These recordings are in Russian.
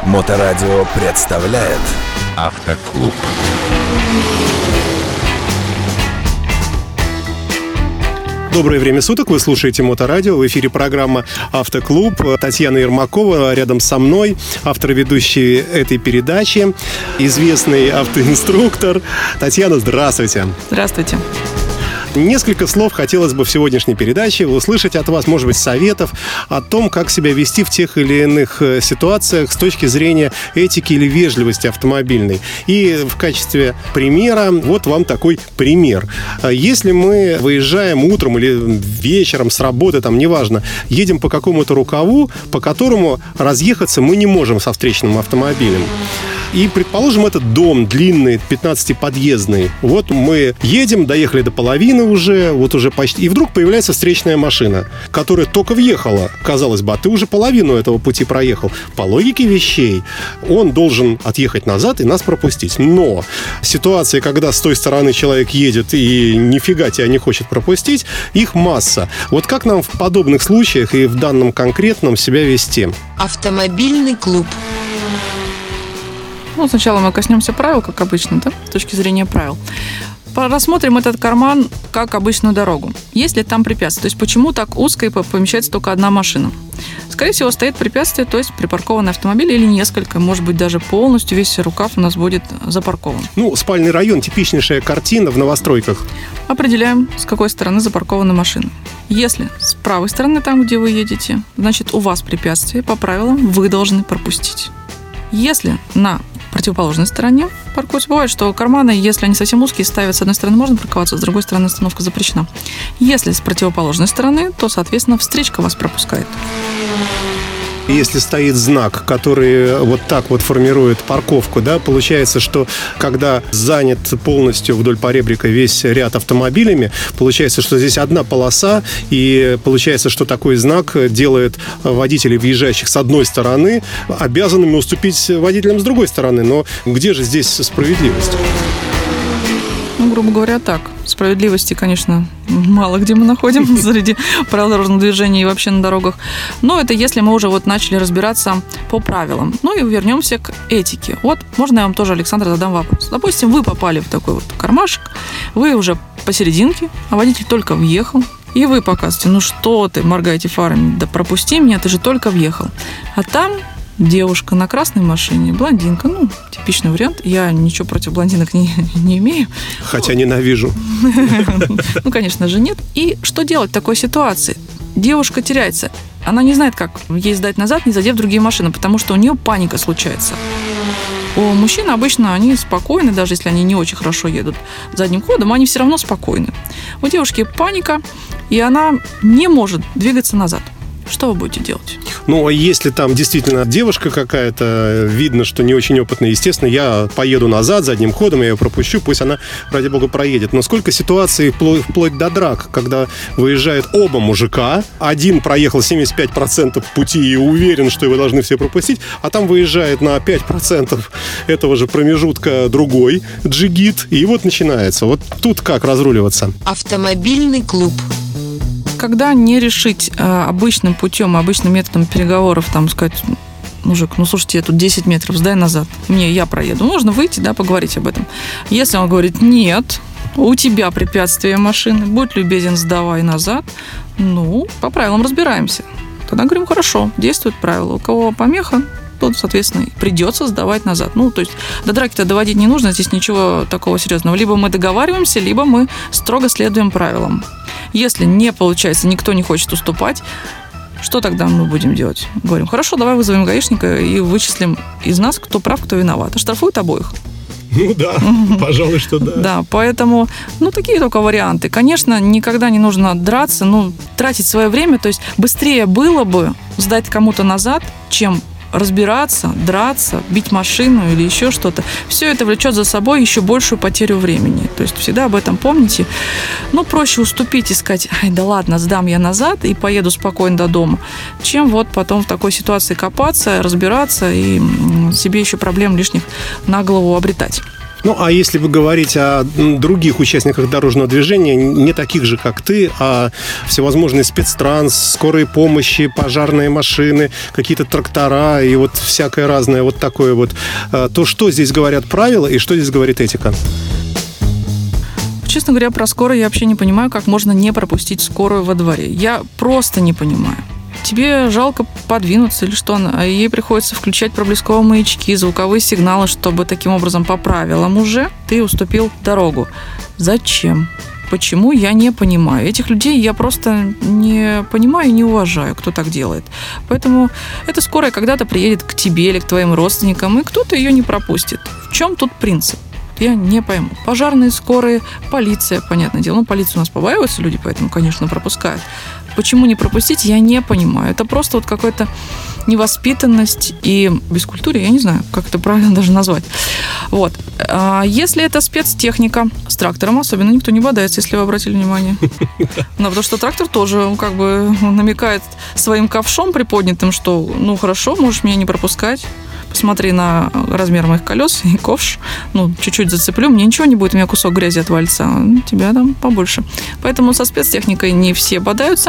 Моторадио представляет Автоклуб. Доброе время суток, вы слушаете Моторадио, в эфире программа «Автоклуб». Татьяна Ермакова рядом со мной, автор и ведущий этой передачи, известный автоинструктор. Татьяна, здравствуйте. Здравствуйте. Несколько слов хотелось бы в сегодняшней передаче услышать от вас, может быть, советов о том, как себя вести в тех или иных ситуациях с точки зрения этики или вежливости автомобильной. И в качестве примера, вот вам такой пример. Если мы выезжаем утром или вечером с работы, там, неважно, едем по какому-то рукаву, по которому разъехаться мы не можем со встречным автомобилем. И, предположим, этот дом длинный, 15-подъездный. Вот мы едем, доехали до половины уже, вот уже почти. И вдруг появляется встречная машина, которая только въехала. Казалось бы, а ты уже половину этого пути проехал. По логике вещей, он должен отъехать назад и нас пропустить. Но ситуация, когда с той стороны человек едет и нифига тебя не хочет пропустить, их масса. Вот как нам в подобных случаях и в данном конкретном себя вести? Автомобильный клуб. Ну, сначала мы коснемся правил, как обычно, да, с точки зрения правил. Рассмотрим этот карман как обычную дорогу. Есть ли там препятствия? То есть почему так узко и помещается только одна машина? Скорее всего, стоит препятствие, то есть припаркованный автомобиль или несколько, может быть, даже полностью весь рукав у нас будет запаркован. Ну, спальный район, типичнейшая картина в новостройках. Определяем, с какой стороны запаркована машина. Если с правой стороны, там, где вы едете, значит, у вас препятствие, по правилам вы должны пропустить. Если на противоположной стороне паркуются, бывает, что карманы, если они совсем узкие, ставят с одной стороны, можно парковаться, с другой стороны остановка запрещена. Если с противоположной стороны, то, соответственно, встречка вас пропускает. Если стоит знак, который вот так вот формирует парковку, да, получается, что когда занят полностью вдоль поребрика весь ряд автомобилями, получается, что здесь одна полоса, и получается, что такой знак делает водителей, въезжающих с одной стороны, обязанными уступить водителям с другой стороны. Но где же здесь справедливость? Ну, грубо говоря, так. Справедливости, конечно, мало где мы находим среди правил дорожного движения и вообще на дорогах. Но это если мы уже вот начали разбираться по правилам. Ну и вернемся к этике. Вот можно я вам тоже, Александр, задам вопрос. Допустим, вы попали в такой вот кармашек, вы уже посерединке, а водитель только въехал, и вы показываете, ну что ты, моргаете фарами, да пропусти меня, ты же только въехал. А там девушка на красной машине, блондинка, ну, типичный вариант. Я ничего против блондинок не имею. Хотя ненавижу. Ну, конечно же, нет. И что делать в такой ситуации? Девушка теряется. Она не знает, как ей сдать назад, не задев другие машины, потому что у нее паника случается. У мужчин обычно они спокойны, даже если они не очень хорошо едут задним ходом, они все равно спокойны. У девушки паника, и она не может двигаться назад. Что вы будете делать? Ну, а если там действительно девушка какая-то, видно, что не очень опытная, естественно, я поеду назад задним ходом, я ее пропущу, пусть она, ради бога, проедет. Но сколько ситуаций вплоть до драк, когда выезжают оба мужика, один проехал 75% пути и уверен, что его должны все пропустить, а там выезжает на 5% этого же промежутка другой джигит, и вот начинается. Вот тут как разруливаться? Автомобильный клуб. Когда не решить обычным путем, обычным методом переговоров, там сказать, мужик, ну слушайте, я тут 10 метров, сдай назад, я проеду. Можно выйти, да, поговорить об этом. Если он говорит, нет, у тебя препятствие машины, будь любезен, сдавай назад, ну, по правилам разбираемся. Тогда говорим, хорошо, действует правило. У кого помеха, тот, соответственно, придется сдавать назад. Ну, то есть до драки-то доводить не нужно, здесь ничего такого серьезного. Либо мы договариваемся, либо мы строго следуем правилам. Если не получается, никто не хочет уступать, что тогда мы будем делать? Говорим, хорошо, давай вызовем гаишника и вычислим из нас, кто прав, кто виноват. Оштрафуют обоих. Ну да, пожалуй, что да. Да, поэтому, такие только варианты. Конечно, никогда не нужно драться, тратить свое время. То есть быстрее было бы сдать кому-то назад, чем разбираться, драться, бить машину или еще что-то. Все это влечет за собой еще большую потерю времени. То есть всегда об этом помните. Проще уступить и сказать, ай, да ладно, сдам я назад и поеду спокойно до дома, чем вот потом в такой ситуации копаться, разбираться и себе еще проблем лишних на голову обретать. Ну, а если бы говорить о других участниках дорожного движения, не таких же, как ты, а всевозможные спецтранс, скорые помощи, пожарные машины, какие-то трактора и вот всякое разное вот такое вот, то что здесь говорят правила и что здесь говорит этика? Честно говоря, про скорую я вообще не понимаю, как можно не пропустить скорую во дворе. Я просто не понимаю. Тебе жалко подвинуться или что, а ей приходится включать проблесковые маячки, звуковые сигналы, чтобы таким образом по правилам уже ты уступил дорогу. Зачем? Почему, я не понимаю. Этих людей я просто не понимаю и не уважаю, кто так делает. Поэтому эта скорая когда-то приедет к тебе или к твоим родственникам, и кто-то ее не пропустит. В чем тут принцип? Я не пойму. Пожарные, скорые, полиция, понятное дело. Ну, полицию у нас побаиваются люди, поэтому, конечно, пропускают. Почему не пропустить, я не понимаю. Это просто вот какая-то невоспитанность и бескультурие, я не знаю, как это правильно даже назвать. Вот. А если это спецтехника с трактором, особенно никто не бодается, если вы обратили внимание. Ну, потому что трактор тоже как бы намекает своим ковшом приподнятым, что, ну, хорошо, можешь меня не пропускать. Посмотри на размер моих колес и ковш. Ну, чуть-чуть зацеплю, мне ничего не будет, у меня кусок грязи отвалится, а у тебя там побольше. Поэтому со спецтехникой не все бодаются.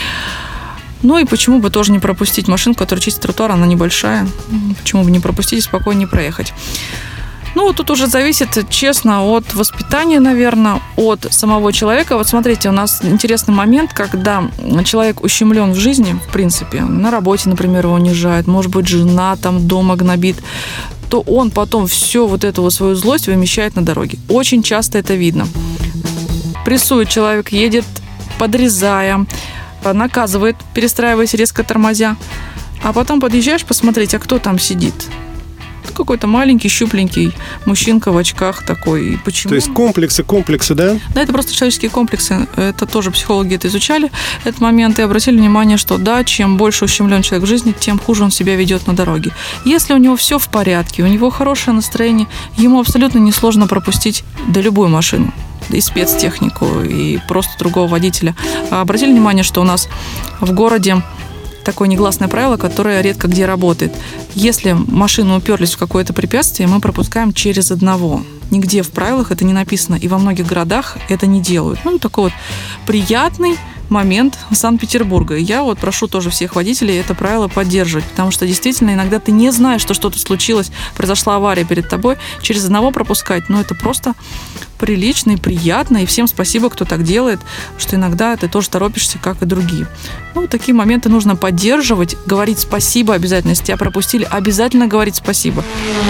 Ну и почему бы тоже не пропустить машинку, которая чистит тротуар, она небольшая. Почему бы не пропустить и спокойнее проехать? Ну, тут уже зависит, честно, от воспитания, наверное, от самого человека. Вот смотрите, у нас интересный момент, когда человек ущемлен в жизни, в принципе, на работе, например, его унижают, может быть, жена там дома гнобит, то он потом всю вот эту вот свою злость вымещает на дороге. Очень часто это видно. Прессует человек, едет, подрезая, наказывает, перестраиваясь, резко тормозя. А потом подъезжаешь посмотреть, а кто там сидит? Какой-то маленький, щупленький мужчинка в очках такой. И почему? То есть комплексы, да? Да, это просто человеческие комплексы. Это тоже психологи это изучали, этот момент, и обратили внимание, что да, чем больше ущемлен человек в жизни, тем хуже он себя ведет на дороге. Если у него все в порядке, у него хорошее настроение, ему абсолютно несложно пропустить любую машину. И спецтехнику, и просто другого водителя. Обратили внимание, что у нас в городе такое негласное правило, которое редко где работает. Если машины уперлись в какое-то препятствие, мы пропускаем через одного. Нигде в правилах это не написано, и во многих городах это не делают. Ну, такой вот приятный момент Санкт-Петербурга. И я вот прошу тоже всех водителей это правило поддерживать, потому что действительно иногда ты не знаешь, что что-то случилось, произошла авария перед тобой, через одного пропускать, но это просто прилично и приятно, и всем спасибо, кто так делает, что иногда ты тоже торопишься, как и другие. Ну, такие моменты нужно поддерживать, говорить спасибо обязательно. Если тебя пропустили, обязательно говорить спасибо.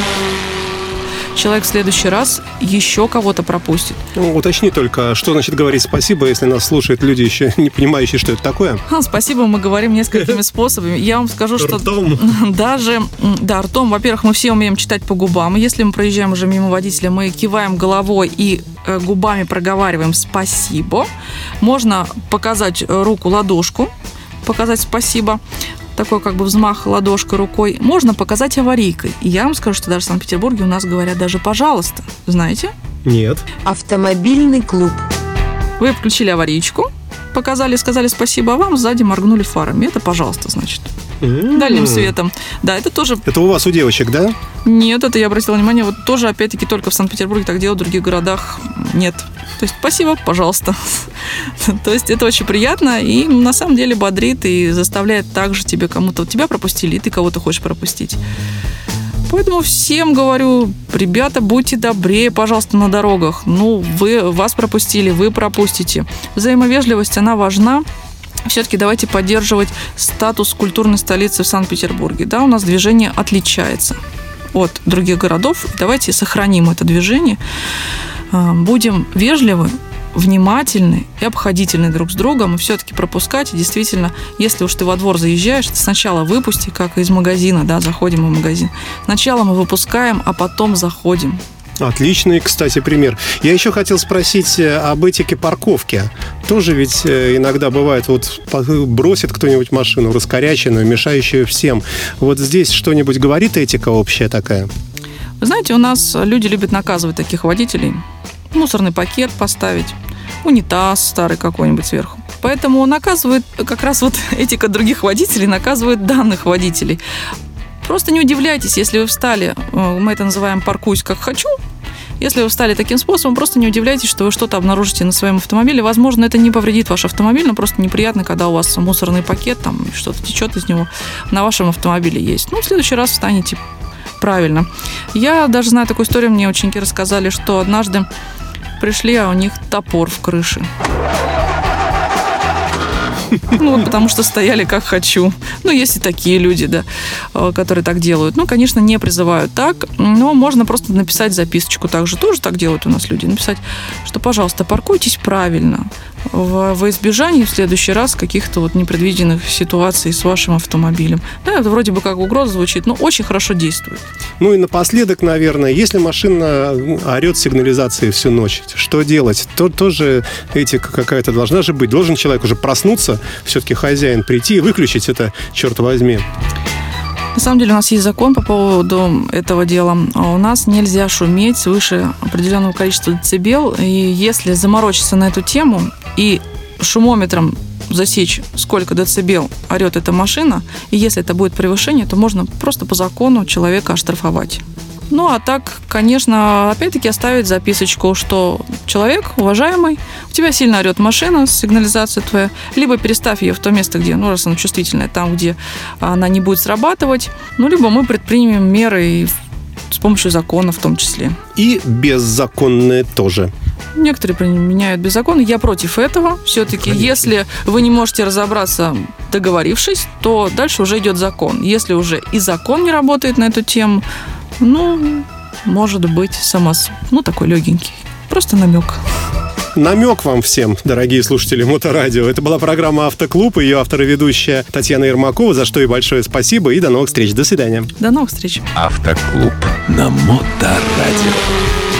Человек в следующий раз еще кого-то пропустит. Ну, уточни только, что значит говорить спасибо, если нас слушают люди, еще не понимающие, что это такое? Спасибо мы говорим несколькими способами. Я вам скажу, что ртом. Даже, да, ртом, во-первых, мы все умеем читать по губам. Если мы проезжаем уже мимо водителя, мы киваем головой и губами проговариваем «спасибо». Можно показать руку, ладошку, показать «спасибо». Такой как бы взмах ладошкой, рукой. Можно показать аварийкой. И я вам скажу, что даже в Санкт-Петербурге у нас говорят даже «пожалуйста». Знаете? Нет. Автомобильный клуб. Вы включили аварийку, показали, сказали спасибо, а вам сзади моргнули фарами. Это «пожалуйста», значит. Дальним светом. Да, это тоже... Это у вас, у девочек, да? Нет, это я обратила внимание, вот тоже, опять-таки, только в Санкт-Петербурге так делают, в других городах нет. То есть спасибо, пожалуйста. То есть это очень приятно и на самом деле бодрит и заставляет также тебе кому-то... Тебя пропустили, и ты кого-то хочешь пропустить. Поэтому всем говорю, ребята, будьте добрее, пожалуйста, на дорогах. Ну, вас пропустили, вы пропустите. Взаимовежливость, она важна. Все-таки давайте поддерживать статус культурной столицы в Санкт-Петербурге. Да, у нас движение отличается от других городов. Давайте сохраним это движение. Будем вежливы, внимательны и обходительны друг с другом. И все-таки пропускать. И действительно, если уж ты во двор заезжаешь, ты сначала выпусти, как из магазина, да, заходим в магазин. Сначала мы выпускаем, а потом заходим. Отличный, кстати, пример. Я еще хотел спросить об этике парковки. Тоже ведь иногда бывает, вот бросит кто-нибудь машину раскоряченную, мешающую всем. Вот здесь что-нибудь говорит этика общая такая? Вы знаете, у нас люди любят наказывать таких водителей. Мусорный пакет поставить, унитаз старый какой-нибудь сверху. Поэтому наказывают, как раз вот этика других водителей наказывает данных водителей. Просто не удивляйтесь, если вы встали, мы это называем «паркуюсь как хочу», Если вы встали таким способом, просто не удивляйтесь, что вы что-то обнаружите на своем автомобиле. Возможно, это не повредит ваш автомобиль, но просто неприятно, когда у вас мусорный пакет, там что-то течет из него, на вашем автомобиле есть. В следующий раз встанете правильно. Я даже знаю такую историю, мне ученики рассказали, что однажды пришли, а у них топор в крыше. Потому что стояли как хочу. Есть и такие люди, да, которые так делают. Конечно, не призывают так, но можно просто написать записочку. Также тоже так делают у нас люди. Написать, что, пожалуйста, паркуйтесь правильно во избежание в следующий раз каких-то непредвиденных ситуаций с вашим автомобилем. Да, это вроде бы как угроза звучит, но очень хорошо действует. И напоследок, наверное, если машина орет сигнализацией всю ночь, что делать? Тоже этика какая-то должна же быть. Должен человек уже проснуться, все-таки хозяин прийти и выключить это, черт возьми. На самом деле у нас есть закон по поводу этого дела. У нас нельзя шуметь свыше определенного количества децибел. И если заморочиться на эту тему и шумометром засечь, сколько децибел орет эта машина, и если это будет превышение, то можно просто по закону человека оштрафовать. А так, конечно, опять-таки оставить записочку, что человек, уважаемый, у тебя сильно орет машина, сигнализация твоя, либо переставь ее в то место, где, раз она чувствительная, там, где она не будет срабатывать, либо мы предпримем меры с помощью закона в том числе. И беззаконные тоже. Некоторые применяют беззаконно. Я против этого. Все-таки, если вы не можете разобраться, договорившись, то дальше уже идет закон. Если уже и закон не работает на эту тему, может быть, такой легенький. Просто намек. Намек вам всем, дорогие слушатели Моторадио. Это была программа «Автоклуб», ее автор и ведущая Татьяна Ермакова, за что и большое спасибо, и до новых встреч. До свидания. До новых встреч. Автоклуб на Моторадио.